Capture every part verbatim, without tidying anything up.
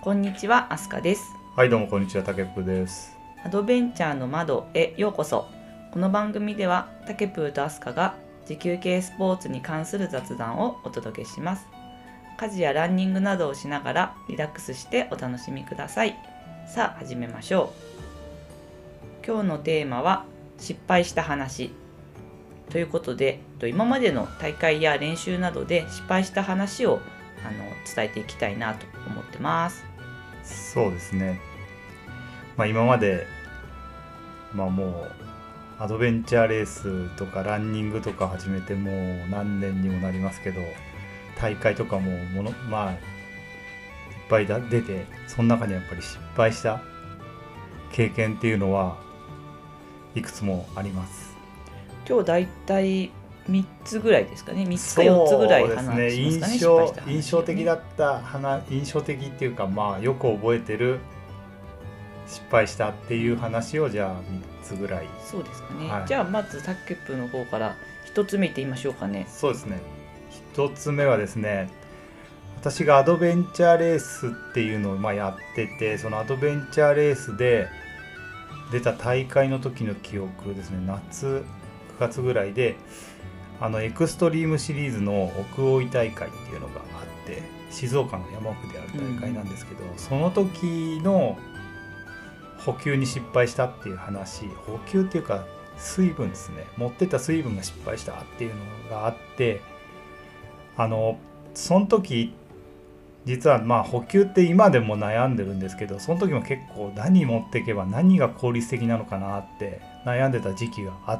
こんにちは、アスカです。 はい、どうもこんにちは、たけぷです。 アドベンチャーの窓へようこそ。この番組ではたけぷとアスカが持久系スポーツに関する雑談をお届けします。家事やランニングなどをしながらリラックスしてお楽しみください。さあ始めましょう。今日のテーマは失敗した話ということで、今までの大会や練習などで失敗した話をあの伝えていきたいなと思ってます。 そうですね、まあ、今まで、まあ、もうアドベンチャーレースとかランニングとか始めてもう何年にもなりますけど、大会とかももの、まあ、いっぱいだ出て、その中にやっぱり失敗した経験っていうのはいくつもあります。 今日だいたいみっつぐらいですかね。みっつかよっつぐらい話しますかね。 印象、 失敗した話ね、 印象的だった話、印象的っていうか、まあよく覚えてる失敗したっていう話をじゃあみっつぐらい。 そうですかね、 はい、 じゃあまずタケプの方からひとつめいって言いましょうかね。 そうですね、ひとつめはですね、私がアドベンチャーレースっていうのをまあやってて、そのアドベンチャーレースで出た大会の時の記憶ですね。夏くがつぐらいで、あのエクストリームシリーズの奥大井大会っていうのがあって、静岡の山奥である大会なんですけど、うん、その時の補給に失敗したっていう話、補給っていうか水分ですね、持ってた水分が失敗したっていうのがあって、あのその時実はまあ補給って今でも悩んでるんですけど、その時も結構何持っていけば何が効率的なのかなって悩んでた時期があって、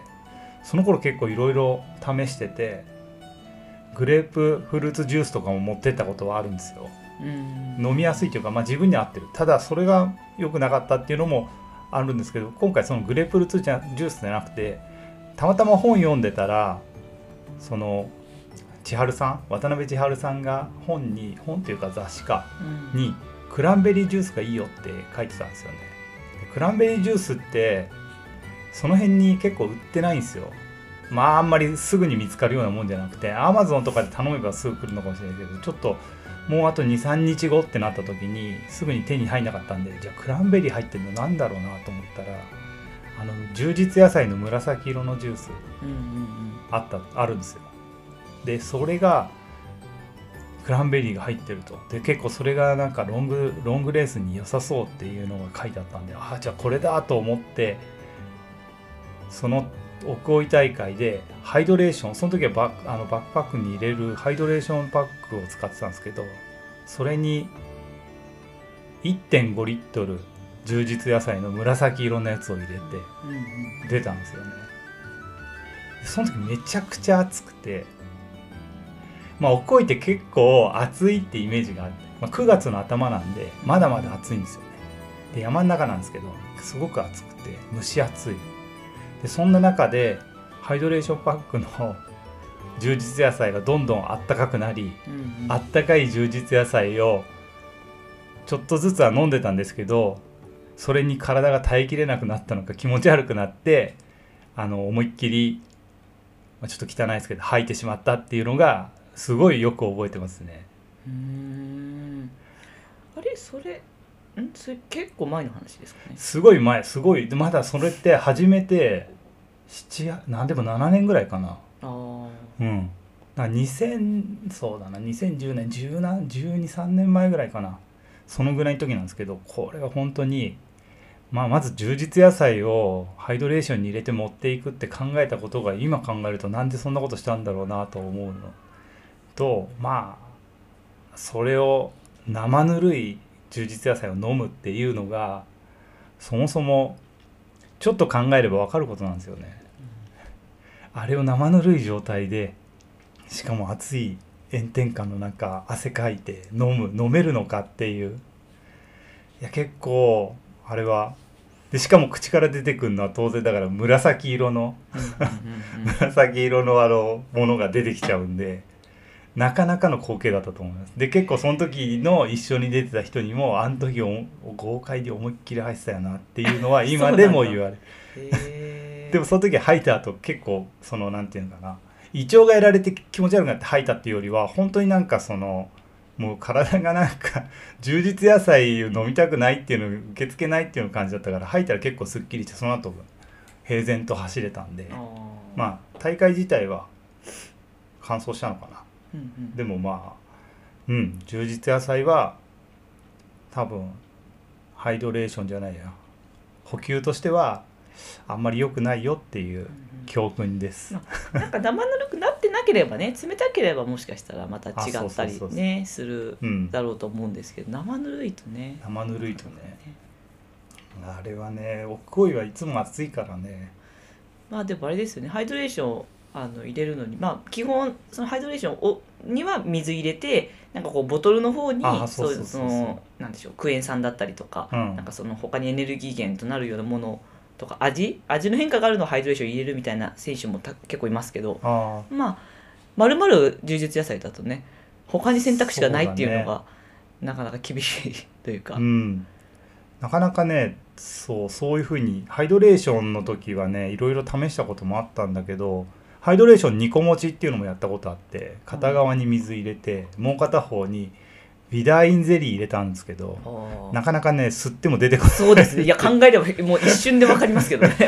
その頃結構いろいろ試してて、グレープフルーツジュースとかも持ってったことはあるんですよ。うん飲みやすいというか、まあ、自分に合ってる。ただそれが良くなかったっていうのもあるんですけど、今回そのグレープフルーツジュースじゃなくて、たまたま本読んでたら、その千春さん渡辺千春さんが本に本というか雑誌かにクランベリージュースがいいよって書いてたんですよね。クランベリージュースってその辺に結構売ってないんですよ。まああんまりすぐに見つかるようなもんじゃなくて、 Amazon とかで頼めばすぐ来るのかもしれないけど、ちょっともうあと にさんにちごってなった時にすぐに手に入んなかったんで、じゃあクランベリー入ってるのなんだろうなと思ったら、あの充実野菜の紫色のジュースあった、あるんですよ。でそれがクランベリーが入ってると。で結構それがなんかロングロングレースに良さそうっていうのが書いてあったんで、ああじゃあこれだと思って、その奥大井大会でハイドレーション、その時はバック、あのバックパックに入れるハイドレーションパックを使ってたんですけど、それに いってんごリットル充実野菜の紫色のやつを入れて出たんですよね。その時めちゃくちゃ暑くて、まあ奥大井って結構暑いってイメージがあって、まあ、くがつの頭なんでまだまだ暑いんですよね。で山の中なんですけどすごく暑くて蒸し暑い。でそんな中でハイドレーションパックの充実野菜がどんどんあったかくなり、うんうん、あったかい充実野菜をちょっとずつは飲んでたんですけど、それに体が耐えきれなくなったのか気持ち悪くなって、あの思いっきり、まあ、ちょっと汚いですけど吐いてしまったっていうのがすごいよく覚えてますね。 うーんあれそれんそれ結構前の話ですかね。 すごい前、すごい。まだそれって始めてなななんでもななねんぐらいかな。あうん。だにせんそうだなにせんじゅうねんじゅうに、さんねんまえぐらいかな。そのぐらいの時なんですけど、これが本当に、まあ、まず充実野菜をハイドレーションに入れて持っていくって考えたことが今考えるとなんでそんなことしたんだろうなと思うのと、まあそれを生ぬるい充実野菜を飲むっていうのがそもそもちょっと考えれば分かることなんですよね。あれを生ぬるい状態で、しかも暑い炎天下の中汗かいて飲む飲めるのかっていう。いや結構あれはで、しかも口から出てくるのは当然だから紫色の紫色のあのものが出てきちゃうんで、なかなかの光景だったと思います。で結構その時の一緒に出てた人にも、あの時を豪快で思いっきり吐いてたよなっていうのは今でも言われる。でもその時吐いた後結構そのなんていうのかな、胃腸がやられて気持ち悪くなって吐いたっていうよりは、本当になんかそのもう体がなんか充実野菜を飲みたくないっていうのを受け付けないっていうの感じだったから、吐いたら結構すっきりしてその後平然と走れたんで、まあ大会自体は完走したのかな、うんうん、でもまあうん充実野菜は多分ハイドレーションじゃないや補給としてはあんまり良くないよっていう教訓です、 うんうん、なんか生ぬるくなってなければね冷たければもしかしたらまた違ったりねするだろうと思うんですけど、生ぬるいとね生ぬるいとね、あれはね奥大井はいつも暑いからね。 まあでもあれですよねハイドレーションをあの入れるのにまあ基本そのハイドレーションをには水入れてなんかこうボトルの方にそうそのなんでしょうクエン酸だったりとか、うん、なんかその他にエネルギー源となるようなものとか味味の変化があるのをハイドレーション入れるみたいな選手もた結構いますけど、あまあ丸々充実野菜だとね他に選択肢がないっていうのが、ね、なかなか厳しいというか、 うん、なかなかねそうそういうふうにハイドレーションの時はねいろいろ試したこともあったんだけど、ハイドレーションにこ持ちっていうのもやったことあって、片側に水入れて、うん、もう片方にビダインゼリー入れたんですけど、なかなかね吸っても出てこない。 そうですね、いや考えればもう一瞬で分かりますけどね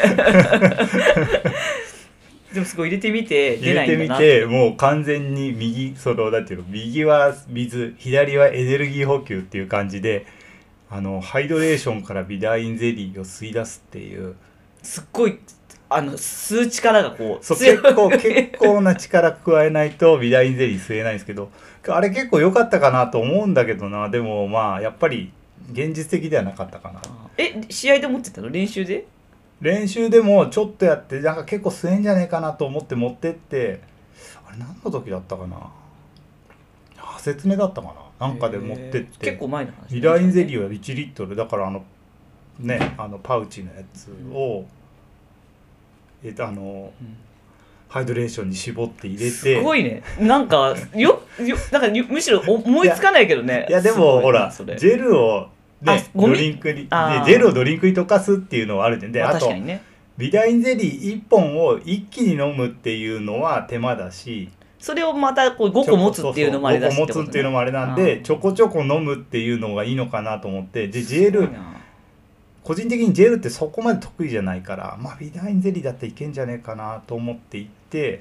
でもすごい入れてみて出ないんだなって。 入れてみてもう完全に右そのなんていうの右は水左はエネルギー補給っていう感じで、あのハイドレーションからビダインゼリーを吸い出すっていうすっごいあの吸う力がこうそう結構結構な力加えないとビダインゼリー吸えないんですけど、あれ結構良かったかなと思うんだけどな。でもまあやっぱり現実的ではなかったかな。 え試合で持ってたの練習で？ 練習でもちょっとやってなんか結構吸えんじゃねえかなと思って持ってって、あれ何の時だったかな、説明だったかな、なんかで持ってって結構前の話、ね、 ビダインゼリーはいちリットルだからあのねあのパウチのやつを、うん、えあの、うん、ハイドレーションに絞って入れて、 すごいね、なんかよよなんかむしろ思いつかないけどね。 いや、いやでもほらジェルをね、ドリンクにでジェルをドリンクに溶かすっていうのはあるんで、 まあ、 あと、 ね、 ビダインゼリーいっぽんを一気に飲むっていうのは手間だし、 それをまたこうごこ持つっていうのもあれだし、 ごこ持つっていうのもあれなんで、ちょこちょこ飲むっていうのがいいのかなと思って、でジェル個人的にジェルってそこまで得意じゃないから、まあビダインゼリーだっていけんじゃねえかなと思っていって、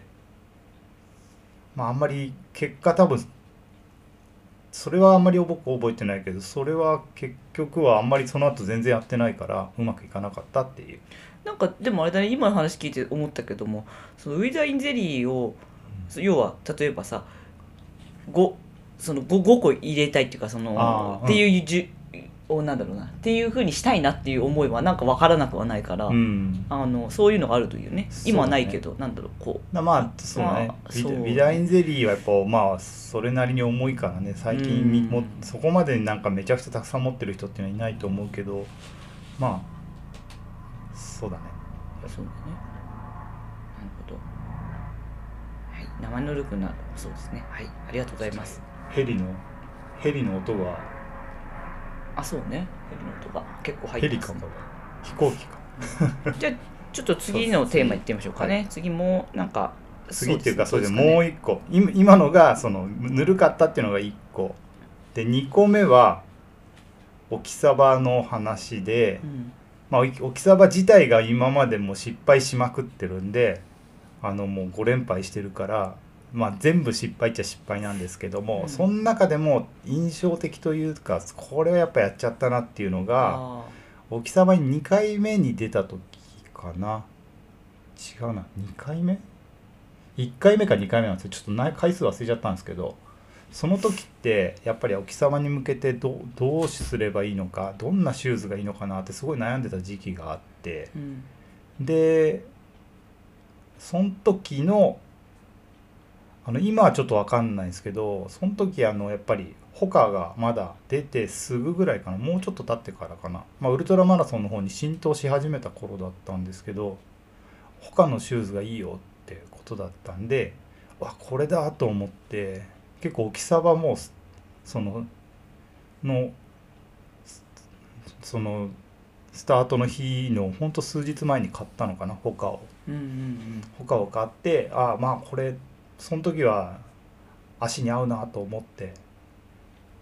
まああんまり結果多分それはあんまり僕覚えてないけど、それは結局はあんまりその後全然やってないからうまくいかなかったっていう。 なんかでもあれだね、今の話聞いて思ったけども、そのウィダインゼリーを、うん、要は例えばさ 5, その 5, 5個入れたいっていうかその、うん、っていうじゅなんだろうなっていう風にしたいなっていう思いはなんか分からなくはないから、うん、あのそういうのがあるというね。今はないけど、ね、なんだろうこうまあそうね、まあ、そうビダインゼリーはやっぱまあそれなりに重いからね、最近も、うん、そこまでなんかめちゃくちゃたくさん持ってる人っていうのはいないと思うけど、まあそうだね。 そうだね。なるほど。はい、生ぬるくなるそうですね。はい、ありがとうございます。 ヘリのヘリの音があ、そうね。ヘリの音が結構入ってます、ね。 ヘリかも。飛行機か。 じゃあちょっと次のテーマいってみましょうかね。はい、次もなんか次っていうかそうですね、もう一個。今のがそのぬるかったっていうのが一個。で二個目は沖サバの話で、うん、まあ沖サバ自体が今までも失敗しまくってるんで、あのもうご連敗してるから。まあ、全部失敗っちゃ失敗なんですけども、うん、その中でも印象的というかこれはやっぱやっちゃったなっていうのが沖サバににかいめに出た時かな、違うなにかいめいっかいめかにかいめなんですよ、ちょっと回数忘れちゃったんですけど、その時ってやっぱり沖サバに向けて ど, どうすればいいのか、どんなシューズがいいのかなってすごい悩んでた時期があって、うん、でその時のあの今はちょっと分かんないですけど、その時あのやっぱりホカがまだ出てすぐぐらいかな、もうちょっと経ってからかな、まあ、ウルトラマラソンの方に浸透し始めた頃だったんですけど、ホカのシューズがいいよってことだったんで、わこれだと思って、結構沖サバもそののそのスタートの日のほんと数日前に買ったのかな、ホカを、うんうんうん、ホカを買って、ああまあこれその時は足に合うなと思って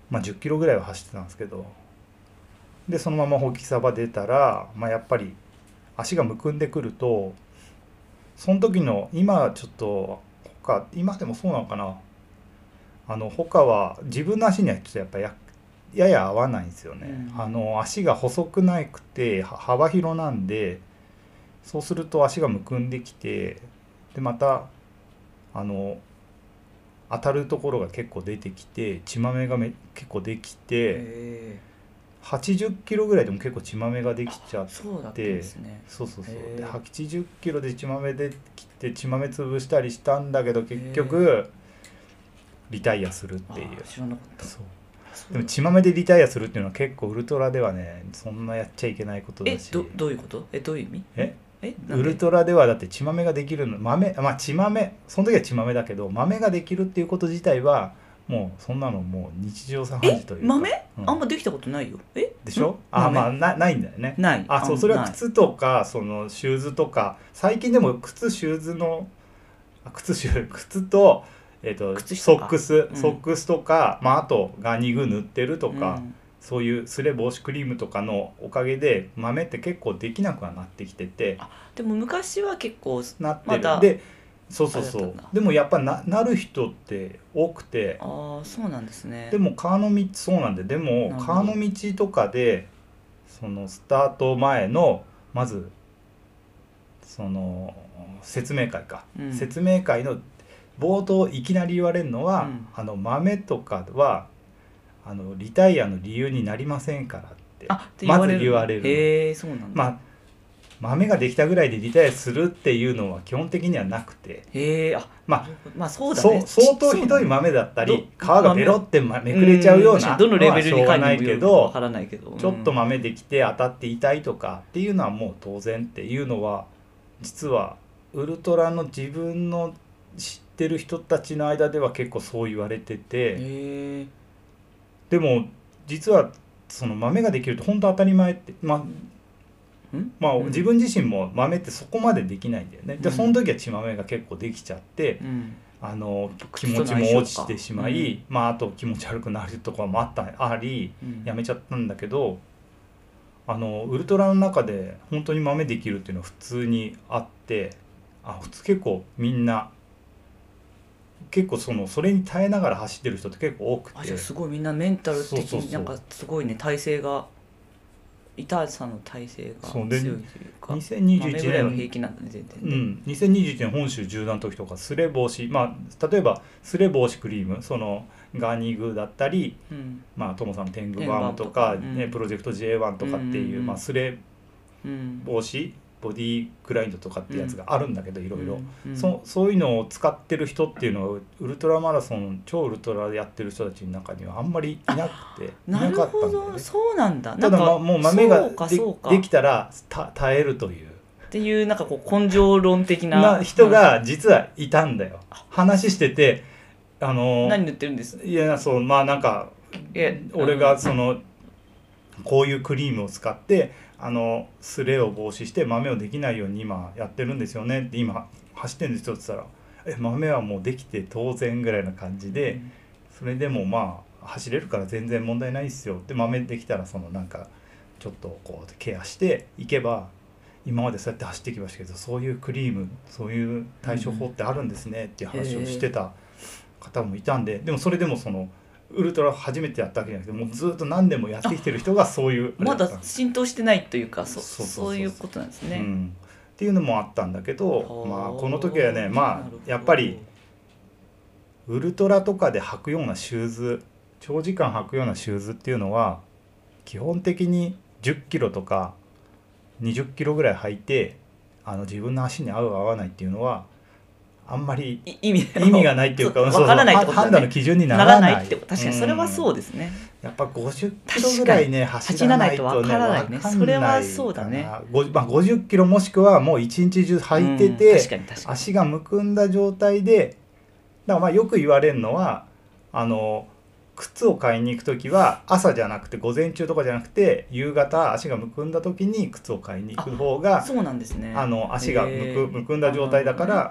まあ、じゅっキロぐらいは走ってたんですけど、でそのままほきさば出たら、まあ、やっぱり足がむくんでくると、その時の今ちょっと他今でもそうなのかな、あの他は自分の足にはちょっとやっぱややや合わないんですよね、 うん、 あの足が細くなくて幅広なんで、そうすると足がむくんできて、でまたあの当たるところが結構出てきて血まめがめ結構できて、 へはちじゅっキロぐらいでも結構血まめができちゃっーそうだったんて、 ですね。 そうそうそうへーではちじゅっキロで血まめできて血まめ潰したりしたんだけど、結へ局リタイアするっていうあ。知らなかった。 そうそうでも血まめでリタイアするっていうのは結構ウルトラではね、そんなやっちゃいけないことえだし、 どどういうこと？えどういう意味？ ええなんでウルトラではだって血まめができるの、豆まあ血まめ、その時は血まめだけど豆ができるっていうこと自体はもうそんなのもう日常茶飯事というか、 え豆、 うんあんまできたことないよ。えでしょ、 んあ豆まあなないんだよね。 ない。 あそうそれはない靴とかそのシューズとか、最近でも靴シューズのあ靴シュー靴と、えー、と靴下かソックス、 うんソックスとか、まあ、あとガニグ塗ってるとか、 うんそういうスレ防止クリームとかのおかげで豆って結構できなくはなってきてて、 あでも昔は結構なってる、 まだでそうそうそうあれだったんだでもやっぱななる人って多くて、 ああそうなんですね。 でも川の道そうなんで、でもなるほど川の道とかでそのスタート前のまずその説明会か、 うん説明会の冒頭いきなり言われるのは、 うんあの豆とかはあのリタイアの理由になりませんからってあってまず言われるの。 へえそうなんだ。 まあ豆ができたぐらいでリタイアするっていうのは基本的にはなくて、 へえあまあまあそうだそうね。 相当ひどいそうだね豆だったりど皮がベロってまめくれちゃうようなうんどのレベルにのはしょうがかにもよないけど、 るかわからないけど、 ちょっと豆できて当たって痛いとかっていうのはもう当然っていうのは、実はウルトラの自分の知ってる人たちの間では結構そう言われてて、 へえでも実はその豆ができると本当当たり前って、まあんまあ、 うん自分自身も豆ってそこまでできないんだよね。でうんその時は血豆が結構できちゃって、 うんあの気靴との持ちも落ちてしまい、 相性かまあ、あと気持ち悪くなるとかもあったありうんやめちゃったんだけど、あのウルトラの中で本当に豆できるっていうのは普通にあって、あ普通結構みんな結構そのそれに耐えながら走ってる人って結構多くて、 あじゃあすごいみんなメンタル的そうそうそうになんかすごいね体勢が痛さの体勢がそうで強いというかにせんにじゅういち豆ぐらいは平年気なんだね全然ね、 うん、にせんにじゅういちねん本州縦断の時とかスレ防止、まあ、例えばスレ防止クリーム、そのガーニグだったり、 うんまあ、トモさんのテングバームとか、 テングバームとかうんね、プロジェクト ジェイワン とかっていう、 うんうんまあ、スレうん防止ボディグラインドとかってやつがあるんだけど、いろいろうんそそういうのを使ってる人っていうのはウルトラマラソン超ウルトラでやってる人たちの中にはあんまりいなくていなるなかったほんだよね。 どそうなんだただ、 なんかま、もう豆がそうかでそうかできたらた耐えるというっていうなんかこう根性論的なな人が実はいたんだよ。話しててあの何塗ってるんですいやそうまあなんかえ俺がそのこういうクリームを使ってあのスレを防止して豆をできないように今やってるんですよねって今走ってるんですよって言ったら「え豆はもうできて当然」ぐらいな感じで、それでもまあ走れるから全然問題ないっすよって、豆できたらそのなんかちょっとこうケアしていけば今までそうやって走ってきましたけど、そういうクリームそういう対処法ってあるんですねっていう話をしてた方もいたんで、でもそれでもそのウルトラ初めてやったわけじゃなくてもうずっと何年もやってきてる人がそういうまだあれったんです浸透してないというかそそうそうそうそうそういうことなんですね、 うん、っていうのもあったんだけど、 はあまあ、この時はねまあなるほどやっぱりウルトラとかで履くようなシューズ、長時間履くようなシューズっていうのは基本的にじゅっキロとかにじゅっキロぐらい履いてあの自分の足に合う合わないっていうのはあんまりい意味意味がないっていうかわからないってことだね判断の基準になならない。 らないって確かにそれはそうですね、 やっぱごじゅっキロぐらいね走らないとね走らないとわからないねわかんそれはそうだねかなごまあ、ごじゅっキロもしくはもう一日中履いてうんて、 確かに確かに足がむくんだ状態で、だからまあよく言われるのはあの靴を買いに行く時は朝じゃなくて午前中とかじゃなくて夕方足がむくんだ時に靴を買いに行く方がそうなんですねあの足がむくへーむくんだ状態だから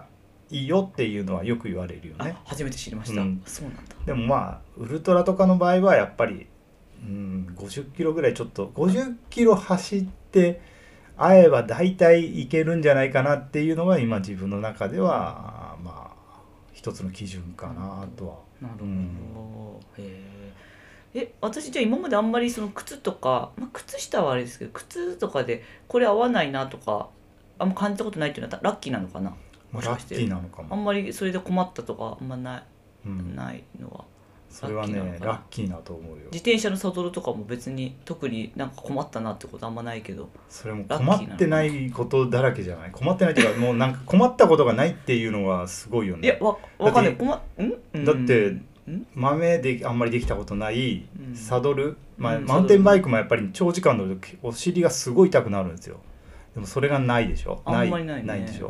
いいよっていうのはよく言われるよね。 あ、初めて知りました、うん、そうなんだ。 でもまあウルトラとかの場合はやっぱり、うん、ごじゅっキロぐらいちょっとごじゅっキロ走って会えば大体いけるんじゃないかなっていうのが今自分の中ではまあ一つの基準かなとは。 なるほど、うん、へえ。私じゃあ今まであんまりその靴とか、まあ、靴下はあれですけど靴とかでこれ合わないなとかあんま感じたことないっていうのはラッキーなのかな。 もしかしてラッキーなのかも。 あんまりそれで困ったとかあんまない、うん、ないのはそれはねラッキーなと思うよ。 自転車のサドルとかも別に特になんか困ったなってことあんまないけど、 それも困ってないことだらけじゃない。困ってないっていうかもうなんか困ったことがないっていうのはすごいよね。 いやわわかんない。困っんだって豆であんまりできたことないサドル、うんまあ、マウンテンバイクもやっぱり長時間乗るとお尻がすごい痛くなるんですよ。でもそれがないでしょ。 あんまりないね。 ないでしょ、 うん、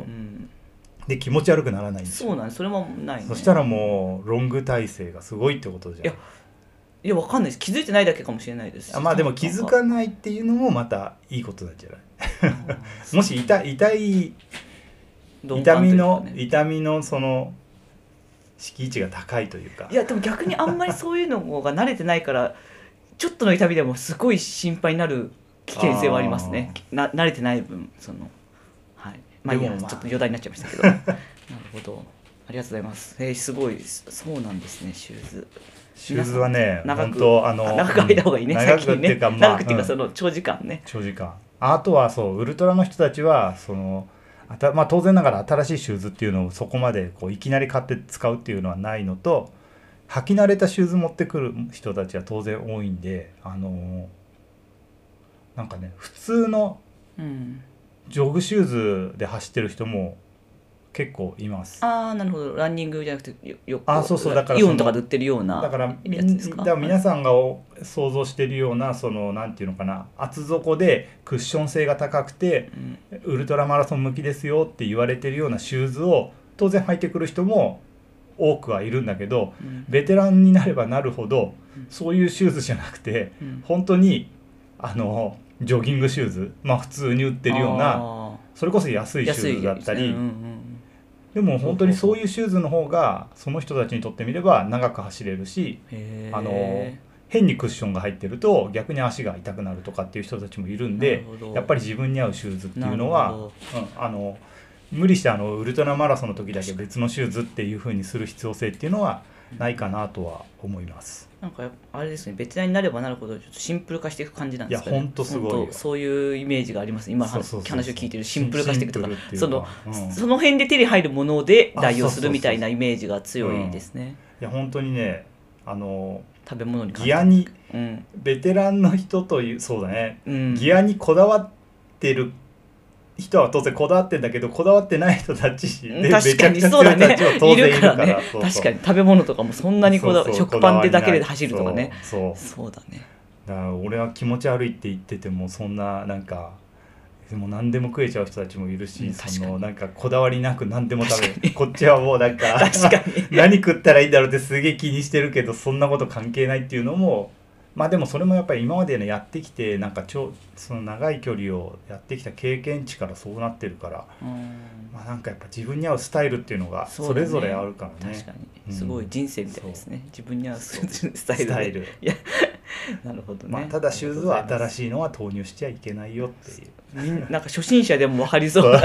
で気持ち悪くならないんですよ。 そうなんそれもないね。 そしたらもうロング体勢がすごいってことじゃん。 いやいやわかんないです。気づいてないだけかもしれないですし。 あまあでも気づかないっていうのもまたいいことなんじゃないもし痛い痛い痛みの、ね、痛みのその敷地が高いというか。 いやでも逆にあんまりそういうのが慣れてないからちょっとの痛みでもすごい心配になる危険性はありますね。な慣れてない分そのはいまあいいや、まあ、ちょっと余談になっちゃいましたけどなるほどありがとうございます。えー、すごいそうなんですね。シューズシューズはね長く本当あの長く履いた方がいいね。 長くっていうか、 まあ、長くっていうかその長時間ね、 うん、長時間。あとはそうウルトラの人たちはそのあた、まあ、当然ながら新しいシューズっていうのをそこまでこういきなり買って使うっていうのはないのと、履き慣れたシューズ持ってくる人たちは当然多いんで、あのなんかね普通のジョグシューズで走ってる人も結構います。 ああなるほど。ランニングじゃなくてよよあそうそうだからイオンとかで売ってるようなだからやつですか。だから皆さんが想像しているようなそのなんていうのかな厚底でクッション性が高くて、うん、ウルトラマラソン向きですよって言われてるようなシューズを当然履いてくる人も多くはいるんだけど、うん、ベテランになればなるほど、うん、そういうシューズじゃなくて、うん、本当にあのジョギングシューズ、まあ普通に売ってるようなそれこそ安いシューズだったり、でも本当にそういうシューズの方がその人たちにとってみれば長く走れるし、あの変にクッションが入ってると逆に足が痛くなるとかっていう人たちもいるんで、やっぱり自分に合うシューズっていうのは、うん、あの無理してあのウルトラマラソンの時だけ別のシューズっていう風にする必要性っていうのはないかなとは思います。 なんかあれですね、ベテランになればなるほどちょっとシンプル化していく感じなんですかね。 いや本当すごいよ。 そういうイメージがあります。今話を聞いてるシンプル化していくとか、 かその、 うん、 その辺で手に入るもので代用するみたいなイメージが強いですね。 いや本当にねあの食べ物にギアに、うん、ベテランの人というそうだね、うん、ギアにこだわってる人は当然こだわってんだけどこだわってない人たちで確かにそうだねいるからね。確かに食べ物とかもそんなにこだわ食パンでだけで走るとかね。 そうそうだね。 だから俺は気持ち悪いって言っててもそんななんかでも何でも食えちゃう人たちもいるし、うん、そのなんかこだわりなく何でも食べるこっちはもうなんか確かに何食ったらいいんだろうってすげえ気にしてるけどそんなこと関係ないっていうのもまあでもそれもやっぱり今までねやってきてなんかちょその長い距離をやってきた経験値からそうなってるから、まあなんかやっぱ自分に合うスタイルっていうのがそれぞれあるからね。 確かにすごい人生みたいですね、うん、自分に合うスタイルで。スタイルいやなるほどね。 まあ、ただシューズは新しいのは投入しちゃいけないよっていう。 なんか初心者でも分かりそうな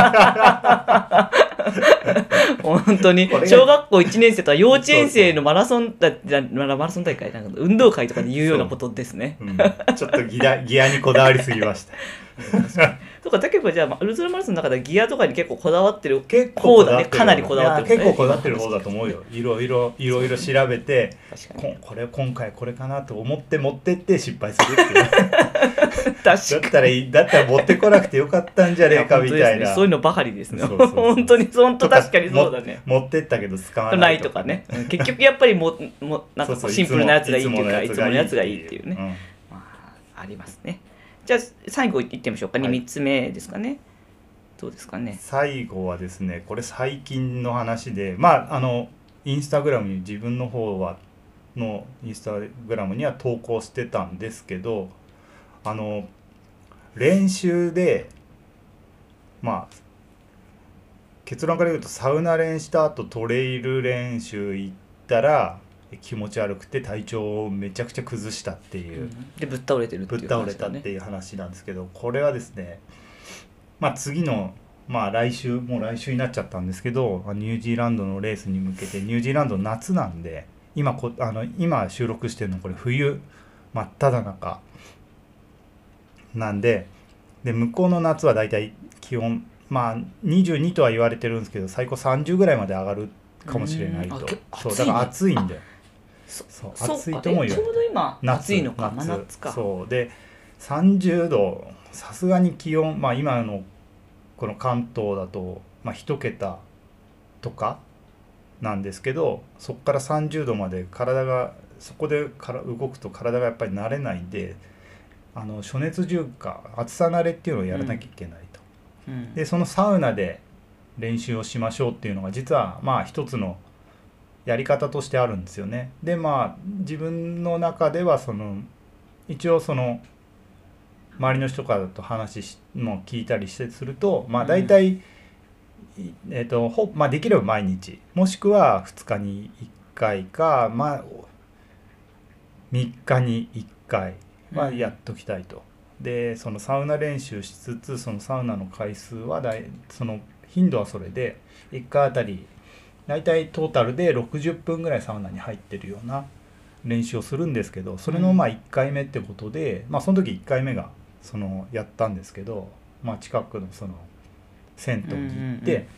本当に小学校いちねん生とか幼稚園生のマラソンだマラソン大会なんか運動会とかで言うようなことですね。 うん、ちょっとギア、ギアにこだわりすぎましたとかだけどじゃあウルトラマラソンの中でギアとかに結構こだわってる方だね。かなりこだわってる、 結構こだわってる方だと思うよ。いろいろいろいろ調べてここれ今回これかなと思って持ってって失敗するっていう確かにだったらだったら持ってこなくてよかったんじゃねえかみたいな、 ね、そういうのばかりですね。そうそうそう本当に本当確かにそうだね。 持ってったけど使わないないとかね結局やっぱりももなんかシンプルなやつがいいっていうかいつものやつがいいっていうね、うんまあ、ありますね。じゃあ最後いってみましょうかね、はい、みっつめですかね。どうですかね。 最後はですねこれ最近の話でまああのインスタグラムに自分の方はのインスタグラムには投稿してたんですけどあの練習でまあ結論から言うとサウナ練した後トレイル練習行ったら気持ち悪くて体調をめちゃくちゃ崩したっていう、 うん、でぶっ倒れてるっていうぶっ倒れ話だね。 たっていう話なんですけど、これはですね、まあ次のまあ来週もう来週になっちゃったんですけど、ニュージーランドのレースに向けて、ニュージーランド夏なんで、今こあの今収録してるのこれ冬真っ只中なんで、で向こうの夏はだいたい気温まあにじゅうにとは言われてるんですけど、最高さんじゅうぐらいまで上がるかもしれないと。そうだから暑いんで、 そそうそう暑いとも言われてる。 ちょうど今夏暑いのか、 夏真夏か。 そうでさんじゅうど、さすがに気温まあ今のこの関東だとまあ一桁とかなんですけど、そこからさんじゅうどまで体がそこでから動くと体がやっぱり慣れないんで、あの暑熱順化、暑さ慣れっていうのをやらなきゃいけないと、 うん、 でそのサウナで練習をしましょうっていうのが実はまあ一つのやり方としてあるんですよね。でまあ自分の中ではその一応その周りの人からと話しも聞いたりしてすると、まあ大体、うんえーとほまあ、できれば毎日もしくはふつかにいっかいか、まあ、みっかにいっかいはやっときたいと。でそのサウナ練習しつつ、そのサウナの回数はだいその頻度はそれでいっかいあたりだいたいトータルでろくじゅっぷんぐらいサウナに入ってるような練習をするんですけど、それのまあいっかいめってことで、まあその時いっかいめがそのやったんですけど、まあ近くのその銭湯に行って、 うんうんうん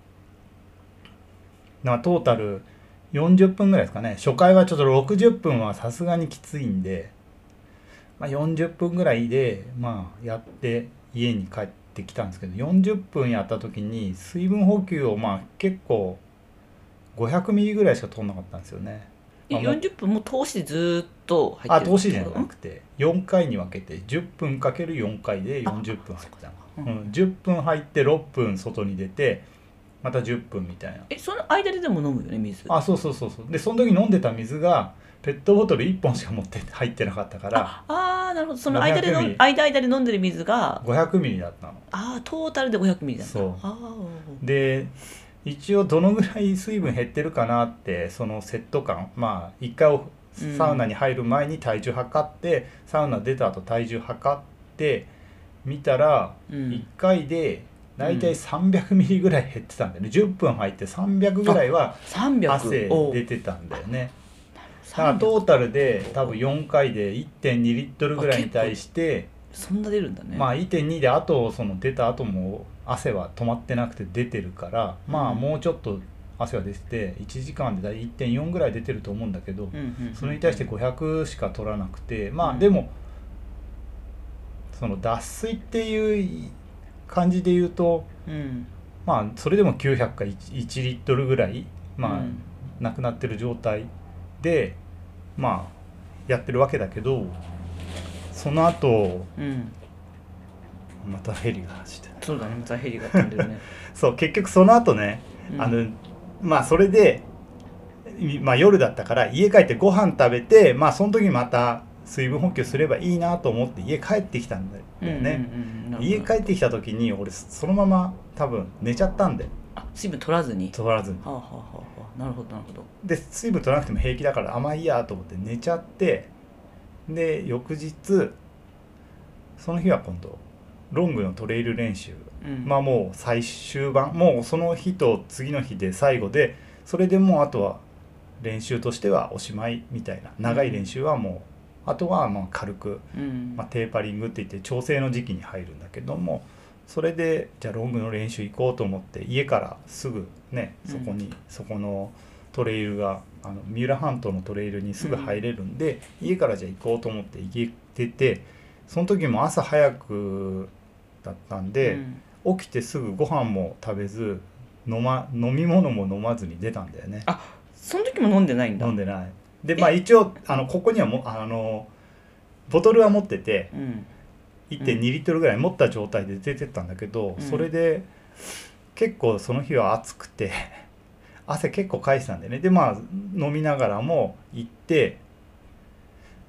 まあトータルよんじゅっぷんぐらいですかね。初回はちょっとろくじゅっぷんはさすがにきついんで、まあ、よんじゅっぷんぐらいでまあやって家に帰ってきたんですけど、よんじゅっぷんやった時に水分補給をまあ結構ごひゃくミリぐらいしか取んなかったんですよね。 えまあ、もうよんじゅっぷんもう通しでずーっと入あってる通しじゃなくてよんかいに分けてじゅっぷんかけるよんかいでよんじゅっぷん入ったうんの、うん、じゅっぷん入ってろっぷん外に出てまたじゅっぷんみたいな。 えその間ででも飲むよね水。 あそうそうそうそう。でその時飲んでた水がペットボトルいっぽんしか持って入ってなかったから、 ああーなるほど、その間でごひゃくミリの間間で飲んでる水がごひゃくミリだったの。 ああトータルでごひゃくミリなんだ。 そうあで一応どのぐらい水分減ってるかなって、そのセット感、まあいっかいサウナに入る前に体重測って、うん、サウナ出た後体重測ってみたら、うん、いっかいでだいたいさんびゃくミリぐらい減ってたんだよね。じゅっぷん入ってさんびゃくぐらいは汗出てたんだよね。だからトータルで多分よんかいで いってんに リットルぐらいに対してそんな出るんだね。 まあ いってんに であとその出た後も汗は止まってなくて出てるから、まあもうちょっと汗は出てていちじかんでだいたい いってんよん ぐらい出てると思うんだけど、それに対してごひゃくしか取らなくて、まあでもその脱水っていう感じで言うと、まあそれでもきゅうひゃくかいちリットルぐらいまあなくなってる状態でまあやってるわけだけど、その後、うん、またヘリが走ってる。 そうだね、またヘリが飛んでるねそう結局その後ね、うん、あのまあそれで、まあ、夜だったから家帰ってご飯食べて、まあその時また水分補給すればいいなと思って家帰ってきたんだよね、うんうんうん、家帰ってきた時に俺そのまま多分寝ちゃったんだよ。 あ、水分取らずに取らずに、 はあはあはあ、なるほどなるほど。 で水分取らなくても平気だから甘いやと思って寝ちゃって、で翌日その日は今度ロングのトレイル練習、うん、まあもう最終盤、もうその日と次の日で最後で、それでもうあとは練習としてはおしまいみたいな、長い練習はもう、うん、あとはまあ軽く、うんまあ、テーパリングって言って調整の時期に入るんだけども、それでじゃあロングの練習行こうと思って家からすぐねそこに、うん、そこのトレイルがあの三浦半島のトレイルにすぐ入れるんで、うん、家からじゃあ行こうと思って行けてて、その時も朝早くだったんで、うん、起きてすぐご飯も食べず飲ま飲み物も飲まずに出たんだよね。 あ、その時も飲んでないんだ。 飲んでない。でまあ一応あのここにはもあのボトルは持ってて、うん、いってんに リットルぐらい持った状態で出てったんだけど、うん、それで結構その日は暑くて汗結構かいてたんでね。でまあ飲みながらも行って、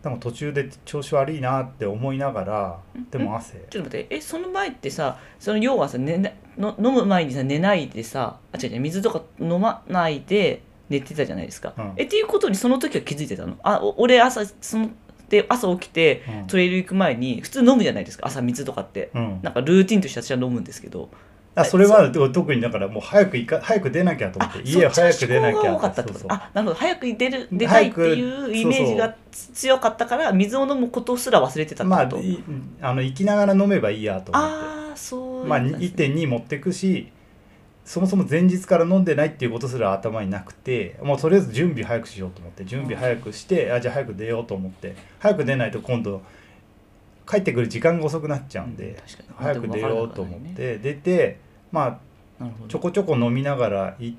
なんか途中で調子悪いなって思いながら、でも汗ちょっと待って、えその前ってさ、その要はさ、寝なの飲む前にさ寝ないでさ、あ違う違う、水とか飲まないで寝てたじゃないですか、 うん、 えっていうことにその時は気づいてたの？あお俺朝そので朝起きてうんトレイル行く前に普通飲むじゃないですか、朝水とかって、 うん、 なんかルーティンとして私は飲むんですけど、 あそれは特にだからもう早く行か早く出なきゃと思って、家を早く出なきゃ。 そっちの思考が多かったってこと。 そうそう、 あなるほど、早く出る出たいっていうイメージが強かったから水を飲むことすら忘れてたってこと。 まあいあの行きながら飲めばいいやと思って、 ああそういうまあ感じですね。 いってんに持ってくし、そもそも前日から飲んでないっていうことすら頭になくて、もうとりあえず準備早くしようと思って準備早くして、あじゃあ早く出ようと思って、早く出ないと今度帰ってくる時間が遅くなっちゃうんで、 確かに早く出ようと思っね、 て出て、まあなるほど、 ちょこちょこ飲みながら行って。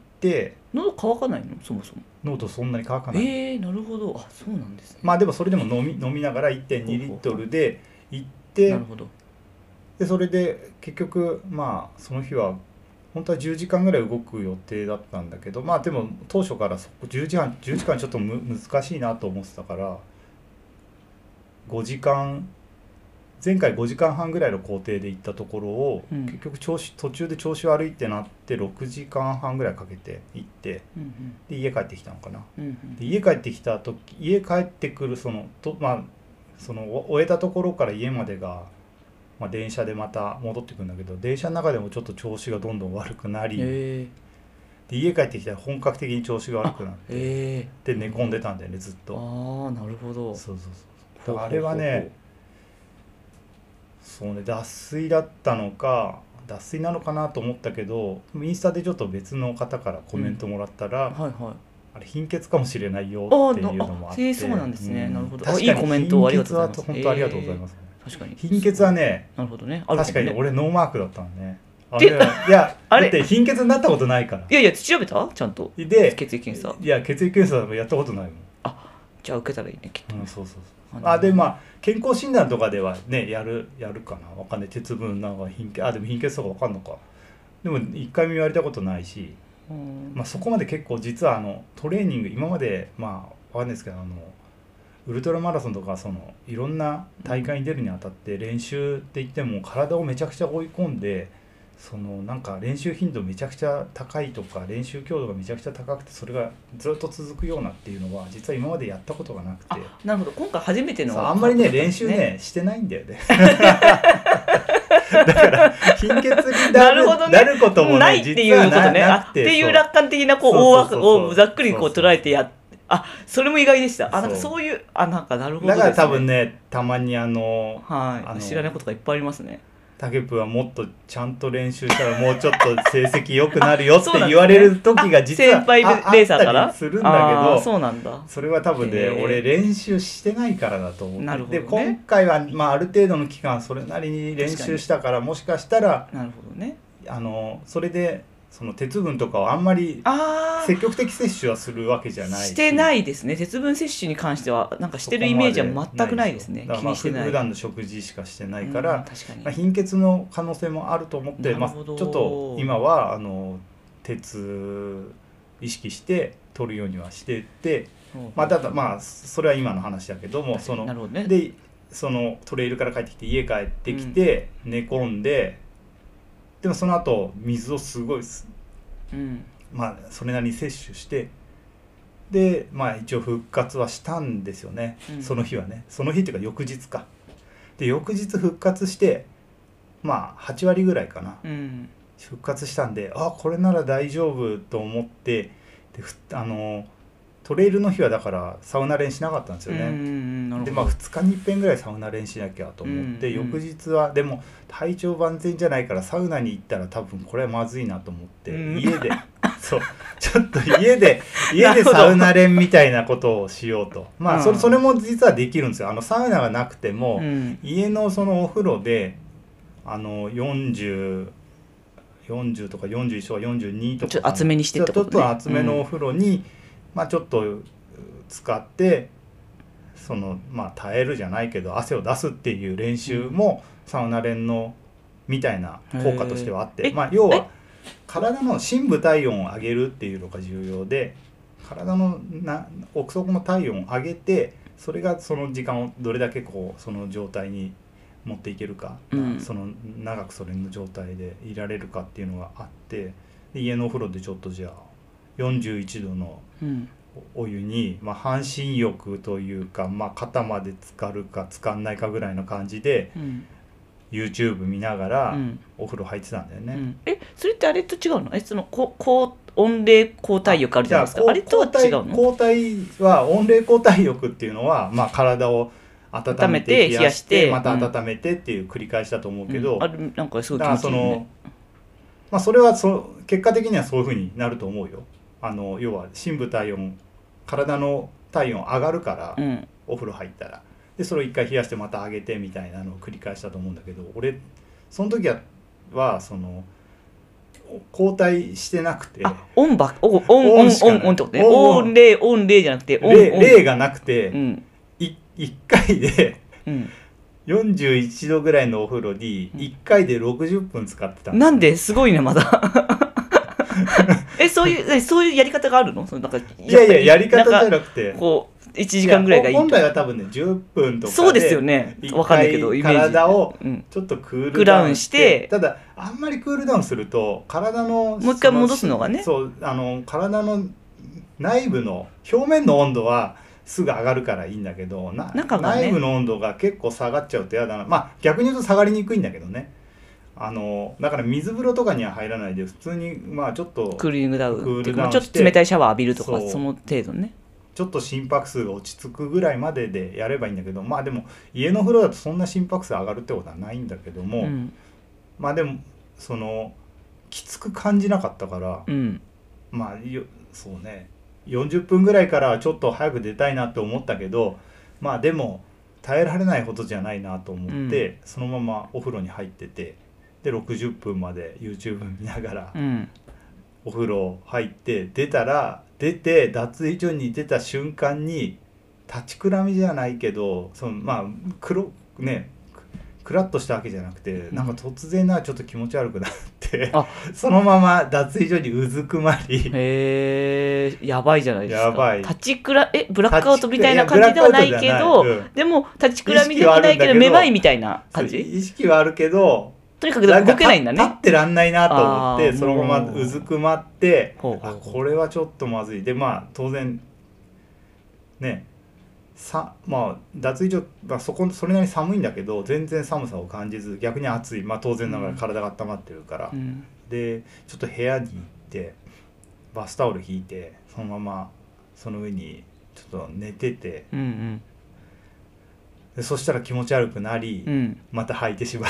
喉乾かないのそもそも。 ノートそんなに乾かない。 えー、なるほど、あそうなんですね。 まあでもそれでも飲み飲みながら いってんに リットルで行って、 なるほど。 でそれで結局まあその日は本当はじゅうじかんぐらい動く予定だったんだけど、まあでも当初からそこじゅうじはんじゅうじかんちょっとむ難しいなと思ってたから、ごじかん前回ごじかんはんぐらいの工程で行ったところを、 うん結局調子途中で調子悪いってなってろくじかんはんぐらいかけて行って、 うんで家帰ってきたのかな。 うんうんで家帰ってきた時家帰ってくるそのとまあそのお終えたところから家までが、まあ、電車でまた戻ってくるんだけど、電車の中でもちょっと調子がどんどん悪くなり、 えで家帰ってきたら本格的に調子が悪くなっー、 て、 えで寝込んでたんだよねずっー、 と。 ああなるほど。 そうそうそう。だからあれはね、そうね脱水だったのか脱水なのかなと思ったけど、インスタでちょっと別の方からコメントもらったら、 はいはい。 あれ貧血かもしれないよあっていうのもあって、 あ、えーそうなんですね。なるほど。あ確かにいいコメントをありがとうございます。 貧血は本当ありがとうございます、 確かに。 貧血はね、 なるほどね。あるもんね確かに俺ノーマークだったのね。あでれいやあれだって貧血になったことないから。 いやいや調べたちゃんとで血液検査。 いや血液検査もやったことないもん。 じゃあ受けたらいいねきっと。 うん、そうそうそう。 ああでまあ健康診断とかではねやるやるかな、わかんない。鉄分なんか貧血、あでも貧血とかわかんのか。でも一回も言われたことないし、 うんまあ、そこまで結構実はあのトレーニング今までまあわかんないですけど、あのウルトラマラソンとかそのいろんな大会に出るにあたって練習って言っても体をめちゃくちゃ追い込んで、そのなんか練習頻度めちゃくちゃ高いとか練習強度がめちゃくちゃ高くてそれがずっと続くようなっていうのは実は今までやったことがなくて、 なるほど、今回初めての。 そうあんまりね練習ねしてないんだよねだから貧血になる、 なるほどねなることもねないっていうことね。あ実はななくて、 っていうそう楽観的なこうそう大枠そうそうそうをざっくりこう捉えてやっあそれも意外でした。あなんかそうそういうあなんかなるほどです、ね。 だから多分ねたまにあのはいあの知らないことがいっぱいありますね。 タケプはもっとちゃんと練習したらもうちょっと成績良くなるよってそうなんですね言われる時が実は先輩レーサーからああったりするんだけあーど、 そうなんだ。 それは多分ねへー俺練習してないからだと思って、 なるほどねで今回は、まあ、ある程度の期間それなりに練習したからもしかしたらなるほどね。 あのそれでその鉄分とかをあんまりああ積極的摂取はするわけじゃないし、 してないですね。鉄分摂取に関してはなんかしてるイメージは全くないですね。 だからまあ気にしてない。 普段の食事しかしてないかうんら、 確かにまあ、貧血の可能性もあると思って、まあ、ちょなるほどっと今はあの鉄意識して取るようにはしてて、まあ、ただまあそれは今の話だけども、そのなるほどね。 でそのトレイルから帰ってきて家帰ってきて寝込んで、でもその後水をすごいすうんまあそれなりに摂取してでまあ一応復活はしたんですよね、 うんその日はね。その日っていうか翌日か。で翌日復活してまあはち割ぐらいかなうん復活したんで、あこれなら大丈夫と思ってでふあのトレイルの日はだからサウナ練しなかったんですよね、 うんうんなるほど。 でまあふつかにいっぺんぐらいサウナ練しなきゃと思って、 うんうん翌日はでも体調万全じゃないからサウナに行ったら多分これはまずいなと思って、 うん家でそうちょっと家で家なるほどでサウナ練みたいなことをしようと。まあそれうんそれも実はできるんですよ。あのサウナがなくても、 うん家のそのお風呂であのよんじゅう、よんじゅうとかよんじゅういちとかよんじゅうにとかちょっと厚めにしてってことねちょっと厚めのお風呂に、まあちょっと使ってそのまあ耐えるじゃないけど汗を出すっていう練習もサウナ練のみたいな効果としてはあって、 へーまあ要は体の深部体温を上げるっていうのが重要で、体のな奥底の体温を上げてそれがその時間をどれだけこうその状態に持っていけるか、 うんその長くそれの状態でいられるかっていうのがあって、で家のお風呂でちょっとじゃあよんじゅういちどのうんお湯に、まあ、半身浴というか、まあ、肩まで浸かるか浸かんないかぐらいの感じで、 うん YouTube 見ながうらんお風呂入ってたんだよね。 うんえそれってあれと違うの？えそのここう温冷交代浴あるじゃないですか。あれとは違うの？ 交代は温冷交代浴っていうのは、まあ、体を温めて冷やしてまた温めてっていう繰り返しだと思うけど、 うん、あれなんかすごい気だからそ持ちいいよね。 の、まあ、それはそ結果的にはそういうふうになると思うよ。あの要は深部体温、体の体温上がるから、 うん、 お風呂入ったらでそれを一回冷やしてまた上げてみたいなのを繰り返したと思うんだけど、俺その時ははその交代してなくて、 あ温ばお温温温温ってことね。 温温冷温冷じゃなくて温温例がなくて、 うん、 いいっかいでうんよんじゅういちどぐらいのお風呂にいっかいでろくじゅっぷん使ってたんですよ。 なんですごいねまだえそういうえそういうやり方があるの？そのなんかいやいややり方じゃなくてこういちじかんぐらいがいいと。 本来は多分ねじゅっぷんとかでそうですよね。わかんないけどイメージ体をうんちょっとクールダウンして、 クールダウンしてただあんまりクールダウンすると体のもう一回戻すのがねそうあの体の内部の表面の温度はすぐ上がるからいいんだけどな、 中がね内部の温度が結構下がっちゃうと嫌だな。まあ逆に言うと下がりにくいんだけどね。あのだから水風呂とかには入らないで普通にまあちょっとクーリングダウンクールダウンっていうかちょっと冷たいシャワー浴びるとかそうその程度ね。 ちょっと心拍数が落ち着くぐらいまででやればいいんだけど、まあでも家の風呂だとそんな心拍数上がるってことはないんだけども、 うん、 まあでもそのきつく感じなかったから、 うん、 まあよそうねよんじゅっぷんぐらいからちょっと早く出たいなって思ったけど、まあでも耐えられないほどじゃないなと思って、うん、そのままお風呂に入ってて、でろくじゅっぷんまで YouTube 見ながら、うん、お風呂入って出たら出て脱衣所に出た瞬間に立ちくらみじゃないけどそのまあ黒ねクラッとしたわけじゃなくて、なんか突然なちょっと気持ち悪くなってそのまま脱衣所にうずくまりへーやばいじゃないですか。 やばい立ちくらえブラックアウトみたいな感じではないけど、うん、でも立ちくらみできないけどめまいみたいな感じ。 意識はあるけどとにかく動けないんだね。 立ってらんないなと思ってそのままうずくまってあこれはちょっとまずいで、まあ当然ねさまあ脱衣所、まあ、そこそれなりに寒いんだけど全然寒さを感じず逆に暑い、まあ当然ながら体が温まってるから、うん、でちょっと部屋に行ってバスタオル引いてそのままその上にちょっと寝てて、うんうん、でそしたら気持ち悪くなり、うん、また履いてしまう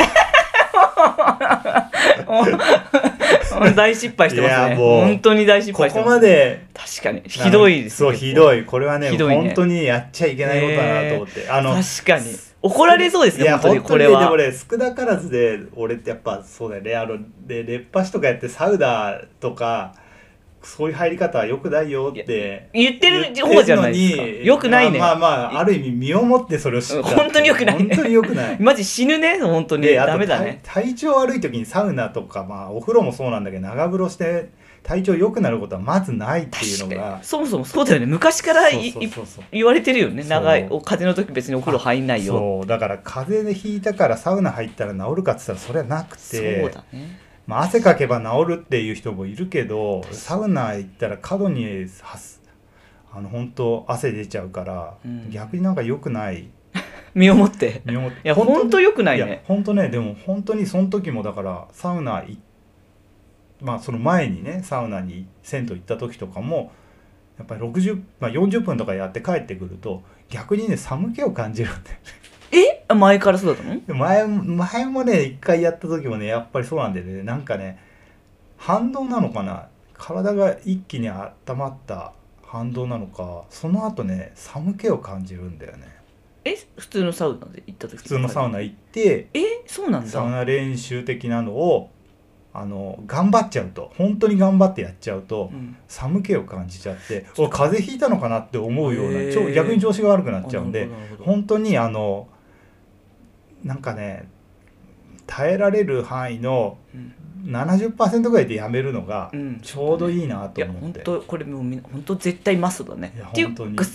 大失敗してますね。本当に大失敗してます、ね、 ここまで確かにひどいです、 ね、そうひどいこれは ね, ね本当にやっちゃいけないことだなと思って、 えー、あの確かに怒られそうですね。 いや本当にこれはでもね少なからずで俺ってやっぱそうだよねあので熱波師とかやってサウナとかそういう入り方は良くないよって言ってる方じゃないですか。良くないね。 まあまあ、まあ、ある意味身をもってそれを知った。 本当に良くないね。 本当に良くない。 マジ死ぬね本当に。ダメだね。 体調悪い時にサウナとかまあお風呂もそうなんだけど長風呂して体調良くなることはまずないっていうのが。 そもそもそうだよね。昔から言われてるよね。長い風邪の時別にお風呂入んないよ。 そうだから風邪でひいたからサウナ入ったら治るかって言ったらそれはなくて。 そうだね。 まあ、汗かけば治るっていう人もいるけどサウナ行ったら過度にあの本当汗出ちゃうから、うん、逆になんか良くない身をもって身をもっていや本当良くないね。いや本当ねでも本当にその時もだからサウナいまあその前にねサウナに銭湯行った時とかもやっぱりろくじゅう、まあ、よんじゅっぷんとかやって帰ってくると逆にね寒気を感じるんだよね。 え前からそうだったの？ 前, 前もね一回やった時もねやっぱりそうなんでねなんかね反動なのかな体が一気に温まった反動なのかその後ね寒気を感じるんだよね。 え普通のサウナで行った時？ 普通のサウナ行ってえそうなんだ。 サウナ練習的なのをあの頑張っちゃうと本当に頑張ってやっちゃうと、うん、寒気を感じちゃって俺風邪ひいたのかなって思うようなちょ逆に調子が悪くなっちゃうんで本当にあのなんかね耐えられる範囲の ななじゅっパーセント ぐらいでやめるのがちょうどいいなと思って、うん、いや本当これもう本当絶対マストだね。 いや本当にそんな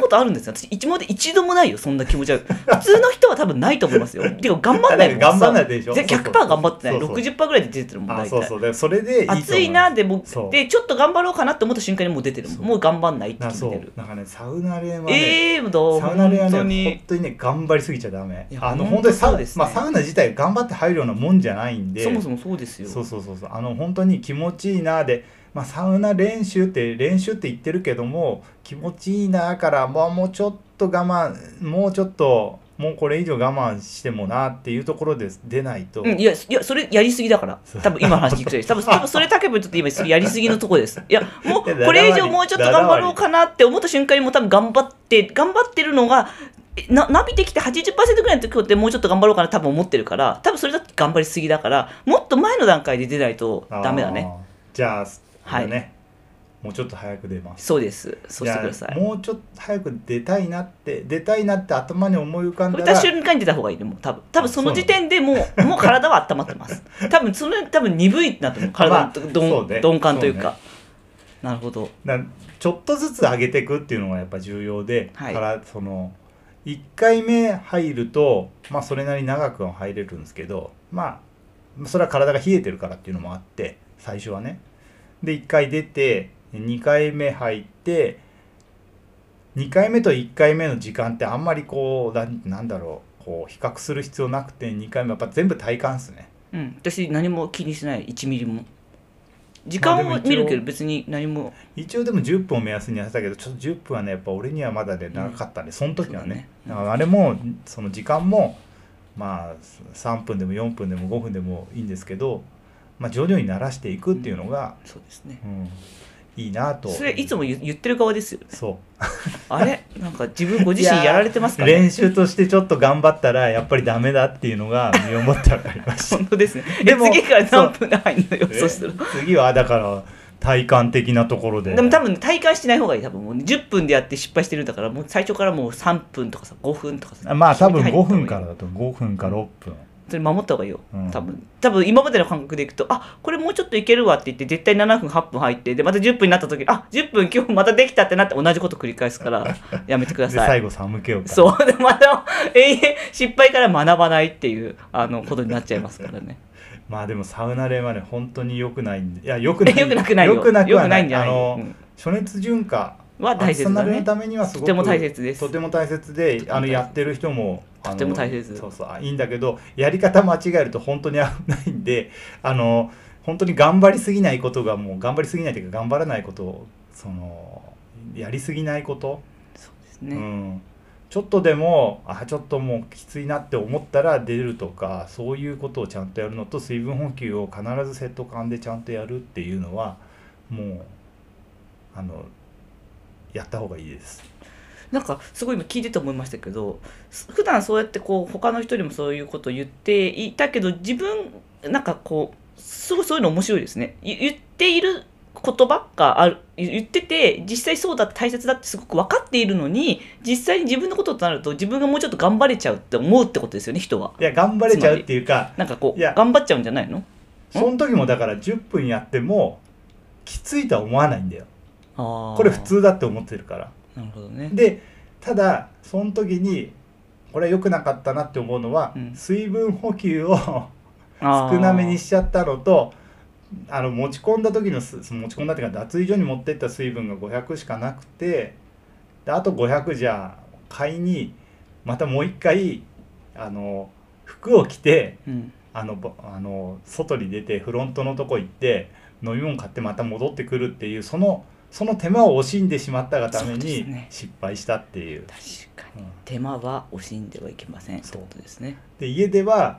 ことあるんですよ。私一度で一度もないよ、そんな気持ちは。普通の人は多分ないと思いますよ。てか頑張んないもん。 頑張んないでしょ。 ひゃくパーセント頑張ってない。 そうそうろくじゅっパーセントぐらいで出てるもん、大体。 そうそうでそれでいいと思う。 暑いなでもそうでちょっと頑張ろうかなって思った瞬間にもう出てるもん。もう頑張んないって決めてる。 なんかね、サウナ連はね、 えー、どうサウナ連はね、 本当に本当にね、頑張りすぎちゃダメ。 いやあの本当本当にサウ、 そうですねまあ、サウナ自体頑張って入るようなもんじゃないんで、 そもそもそうですよ。 そうそうそうそう、あの本当に気持ちいいなで、まあ、サウナ練習って練習って言ってるけども、気持ちいいなからもうもうちょっと我慢、もうちょっともうこれ以上我慢してもなっていうところで出ないと、 うん、いやいやそれやりすぎだから多分今の話聞くと多分多分それだけもちょっと今やりすぎのとこです。いやもうこれ以上もうちょっと頑張ろうかなって思った瞬間にもう多分頑張って頑張ってるのがな伸びてきて はちじゅっパーセント ぐらいの時ってもうちょっと頑張ろうかな多分思ってるから、多分それだって頑張りすぎだから、もっと前の段階で出ないとダメだね。 じゃあ、 はいね、もうちょっと早く出ます。 そうです。そうしてください。 もうちょっと早く出たいなって出たいなって頭に思い浮かんだら、 出た瞬間に出た方がいいね。もう多分多分その時点でもうもう体は温まってます。多分それ多分鈍いなと思う。体のどん、まあね、鈍感というか。うね、なるほど。 だちょっとずつ上げていくっていうのがやっぱ重要で、はい、からそのいっかいめ入ると、まあ、それなりに長くは入れるんですけど、まあそれは体が冷えてるからっていうのもあって最初はね。でいっかい出てにかいめ入ってにかいめといっかいめの時間ってあんまりこう な, なんだろうこう比較する必要なくて、にかいめやっぱ全部体感っすね。 うん、私何も気にしない、いちミリも。時間を見るけど別に何も、 一応でもじゅっぷんを目安にやってたけど、ちょっとじゅっぷんはねやっぱ俺にはまだね長かったんで、うん、その時はね、ね、だからあれもその時間もまあさんぷんでもよんぷんでもごふんでもいいんですけど、まあ、徐々に慣らしていくっていうのが、 うん、そうですね、 うん、いいなと。 それいつも言ってる側ですよね。 そうあれなんか自分ご自身やられてますかね。 練習としてちょっと頑張ったらやっぱりダメだっていうのが身をもって分かりました。 本当ですね。でも次から何分で入るのよ。そしたら次はだから体感的なところで。 でも多分体感してない方がいい。多分もうじゅっぷんでやって失敗してるんだから、もう最初からもうさんぷんとかさごふんとかさ。 まあ多分ごふんからだとごふんかろっぷん。 それ守った方がいいよ、うん、多分多分今までの感覚でいくと、あこれもうちょっといけるわって言って絶対ななふんはっぷん入って、でまたじゅっぷんになった時にあじゅっぷん今日またできたってなって同じこと繰り返すからやめてください。で最後寒気をそうでまた永遠失敗から学ばないっていうあのことになっちゃいますからね。 まあでもサウナ練はね本当に良くないんで、いや良くない良くなくないよ、 良くなくはないんじゃない。 あの、うん、暑熱順化は大切だね。 のためにはすごくとても大切です。 とても大切で、あのやってる人もとても大切。 そうそういいんだけど、やり方間違えると本当に危ないんで、あの本当に頑張りすぎないことがもう頑張りすぎないというか頑張らないことをそのやりすぎないこと。 そうですね。 うん。ちょっとでもあちょっともうきついなって思ったら出るとか、そういうことをちゃんとやるのと、水分補給を必ずセット間でちゃんとやるっていうのはもうあのやった方がいいです。 なんかすごい今聞いてて思いましたけど、普段そうやってこう他の人にもそういうことを言っていたけど、自分なんかこうすごいそういうの面白いですね。言っている言葉がある、言ってて実際そうだって大切だってすごく分かっているのに、実際に自分のこととなると自分がもうちょっと頑張れちゃうって思うってことですよね、人は。 いや頑張れちゃうっていうか、 なんかこう頑張っちゃうんじゃないの。 その時もだからじゅっぷんやってもきついとは思わないんだよ。 あこれ普通だって思ってるから。 なるほどね。 でただその時にこれ良くなかったなって思うのは、うん、水分補給を少なめにしちゃったのと、あの持ち込んだ時の持ち込んだっていうか脱衣所に持ってった水分がごひゃくしかなくて、であとごひゃくじゃ買いにまたもう一回あの服を着て、うん、あのあの外に出てフロントのとこ行って飲み物買ってまた戻ってくるっていう、そのその手間を惜しんでしまったがために失敗したっていう。 確かに、うん、手間は惜しんではいけませんってことですね。 で家では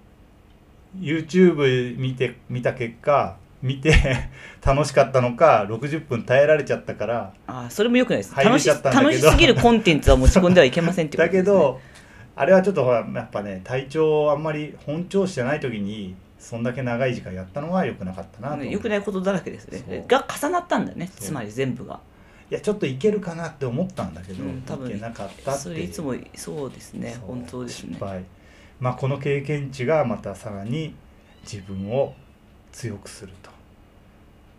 YouTube 見て見た結果見て楽しかったのかろくじゅっぷん耐えられちゃったから、 あそれも良くないです。楽し楽しすぎるコンテンツは持ち込んではいけませんってことですね。 だけどあれはちょっとほらやっぱね、体調あんまり本調子じゃない時にそんだけ長い時間やったのは良くなかったなと。 良くないことだらけですね。が重なったんだね、つまり全部が。 いやちょっといけるかなって思ったんだけど、うん、 多分いけなかったっていう。 それいつもそうですね、本当ですね。 失敗。まあこの経験値がまたさらに自分を強くすると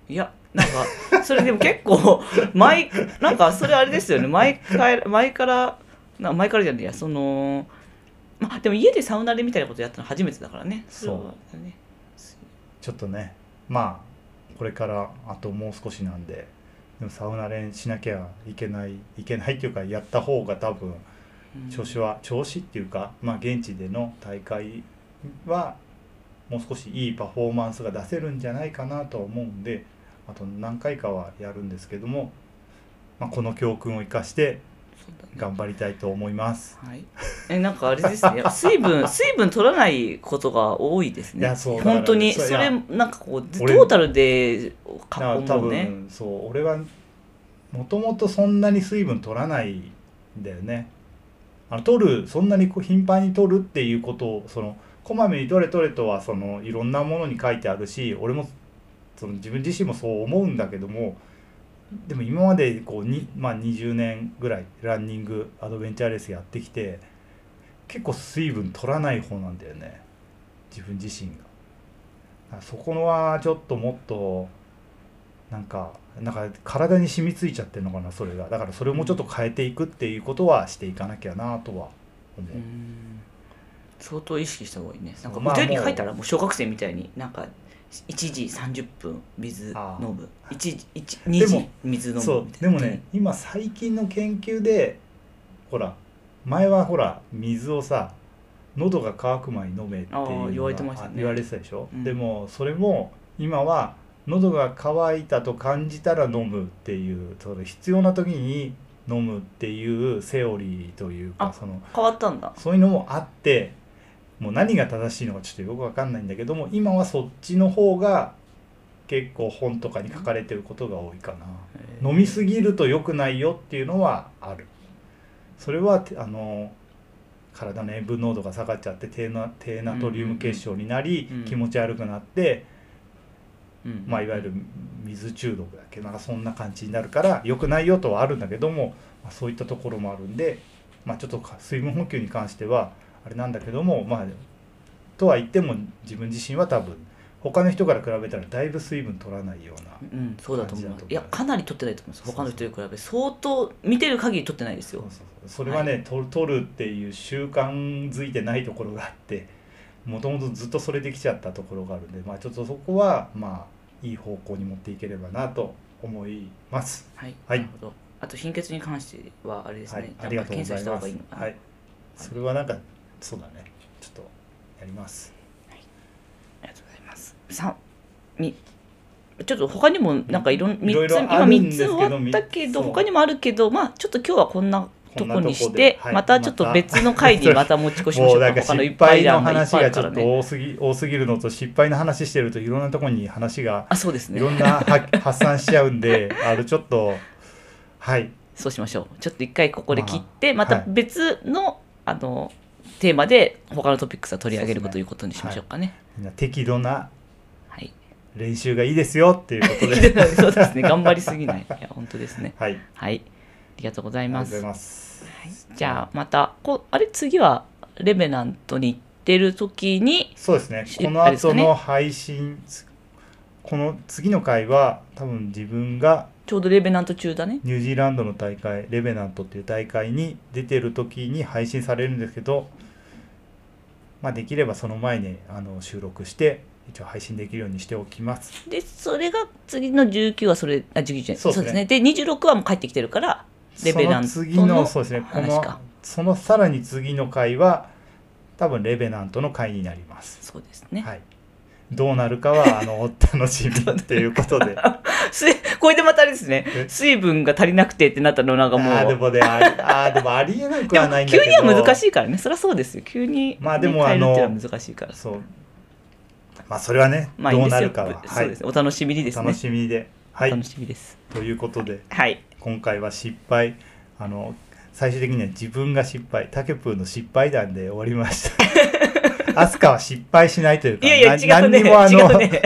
いやなんかそれでも結構前なんかそれあれですよね、前から前からな前からじゃねえや、そのまあでも家でサウナでみたいなことやったの初めてだからね。 そうれはね、 ちょっとねまあこれからあともう少しなんで、でもサウナ練しなきゃいけないいけないっていうか、やった方が多分調子は、調子っていうか、まあ、現地での大会はもう少しいいパフォーマンスが出せるんじゃないかなと思うんで、あと何回かはやるんですけども、まあ、この教訓を生かして頑張りたいと思います。 はい、えなんかあれですね水分水分取らないことが多いですね。 いやそうだから本当にそそれなんかこうト俺ータルでだから多過去もね、 分そう俺はもともとそんなに水分取らないんだよね。あの取るそんなにこう頻繁に取るっていうことを、そのこまめに取れ取れとはそのいろんなものに書いてあるし、俺もその自分自身もそう思うんだけども、でも今までこうに、まあ、にじゅうねんぐらいランニングアドベンチャーレースやってきて結構水分取らない方なんだよね、自分自身が。そこのはちょっともっとなんかなんか体に染みついちゃってるのかな、それが。だからそれをもうちょっと変えていくっていうことはしていかなきゃなとは思う。 うーん相当意識した方がいいね。なんかまあ腕に書いたらもう小学生みたいになんかいちじさんじゅっぷん水あ飲む、いちじにじ水飲むみたいな。 そうでもね今最近の研究でほら前はほら水をさ喉が渇く前に飲めっていうのがあー言われてましたね言われてたでしょ、 うんでもそれも今は喉が渇いたと感じたら飲むっていう、その必要な時に飲むっていうセオリーというか、 あその変わったんだ。 そういうのもあって、もう何が正しいのかちょっとよくわかんないんだけども、今はそっちの方が結構本とかに書かれてることが多いかな。飲みすぎると良くないよっていうのはある。それはあの体の塩分濃度が下がっちゃって低ナ、低ナトリウム結晶になり、 うんうんうん、 気持ち悪くなって、 うんうん、 まあ、いわゆる水中毒だっけ、なんかそんな感じになるから良くないよとはあるんだけども、まあ、そういったところもあるんで、まあ、ちょっと水分補給に関してはあれなんだけども、まあとは言っても自分自身は多分他の人から比べたらだいぶ水分取らないような、 うん、そうだと思います。 感じだと思ういやかなり取ってないと思います。他の人に比べ相当見てる限り取ってないですよ。 そうそうそう、それはね、はい、取, 取るっていう習慣づいてないところがあって、もともとずっとそれできちゃったところがあるんで、まあ、ちょっとそこはまあいい方向に持っていければなと思います。 はい、 はい、 なるほど。あと貧血に関してはあれですね、 はい、ありがとうございます。 いいのかな。 はい、それはなんかそうだね、ちょっとやります。 はい、ありがとうございます。さみちょっと他にもなんかいろんみっつ今みっつ終わったけど他にもあるけど、まあちょっと今日はこんなとこにして、はい、またちょっと別の回にまた持ち越しましょうか。 もうなんか失敗の話がちょっと多すぎ、多すぎるのと、失敗の話してるといろんなところに話があそうですね、 いろんな発散しちゃうんであのちょっとはいそうしましょう。ちょっと一回ここで切って、また別の、はい、あのテーマで他のトピックスを取り上げるということにしましょうかね。 みんな適度なはい練習がいいですよっていうことでそうですね、頑張りすぎない。いや本当ですね。 はい、 はい、ありがとうございます。 ありがとうございます。 はい、じゃあまたこあれ次はレベナントに行ってる時に、 そうですね、この後の配信、ね、この次の回は多分自分がちょうどレベナント中だね。 ニュージーランドの大会レベナントっていう大会に出てる時に配信されるんですけど、まあ、できればその前にあの収録して一応配信できるようにしておきます。 でそれが次のじゅうきゅうはそれあじゅうきゅうじゃない、 そうですね、 そうですね。でにじゅうろくはもう帰ってきてるからレベナントのその次のそうですね、このそのさらに次の回は多分レベナントの回になります。 そうですね、 はい、どうなるかはあのお楽しみっていうことでこれでまたあれですね、水分が足りなくてってなったのなんかもうあでもねあでもありえなくはないんだけど急には難しいからね。そりゃそうですよ、急に、ね、 まあでもあの変えるっていうのは難しいから。 そうまあそれはね、まあ、どうなるかは、 はい、そうですね、お楽しみにですね。 お楽しみで、はい、 お楽しみです。 ということで、 はい、 今回は失敗あの最終的には自分が失敗、タケプーの失敗談で終わりました。アスカは失敗しないというか、 いやいや違うね、 何にもあの違うね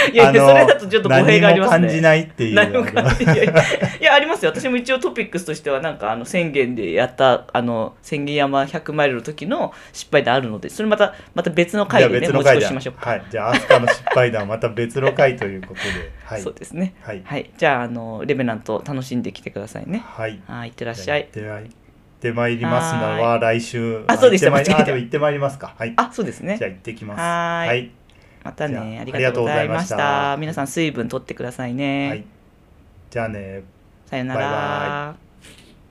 いやいやそれだとちょっと語弊がありますね。 何も感じないっていう。 何も感じない。いやいやありますよ。私も一応トピックスとしてはなんかあの宣言でやったあの宣言山ひゃくマイルの時の失敗談あるので、それまたまた別の回でね持ち越しましょうか。 はい。じゃあ飛鳥の失敗談はまた別の回ということで、はい。 そうですね。 はい。 はい、じゃああのレベナント楽しんできてくださいね。 はい。 はい、いってらっしゃい。 では行ってまいりますのは来週。 あ、そうでした。 あ、でも行ってまいりますか。はい。 あ、そうですね。 じゃあ行ってきます。 はい。 はい。 またね、ありがとうございました。皆さん水分取ってくださいね。 はい。じゃあね。 さよなら。 バイバイ。